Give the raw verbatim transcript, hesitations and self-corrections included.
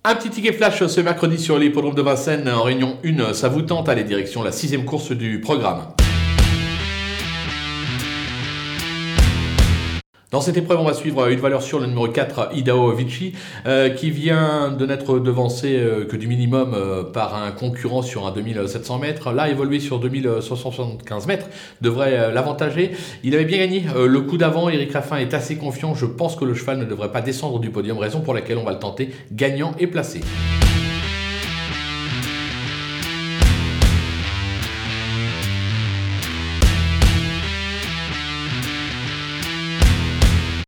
Un petit ticket flash ce mercredi sur l'hippodrome de Vincennes en réunion un. Ça vous tente, allez, direction la sixième course du programme. Dans cette épreuve, on va suivre une valeur sûre, le numéro quatre, Idaho Vici, euh, qui vient de n'être devancé euh, que du minimum euh, par un concurrent sur un deux mille sept cents mètres. Là, évolué sur deux mille soixante-quinze mètres, devrait euh, l'avantager. Il avait bien gagné euh, le coup d'avant. Éric Raffin est assez confiant. Je pense que le cheval ne devrait pas descendre du podium, raison pour laquelle on va le tenter gagnant et placé.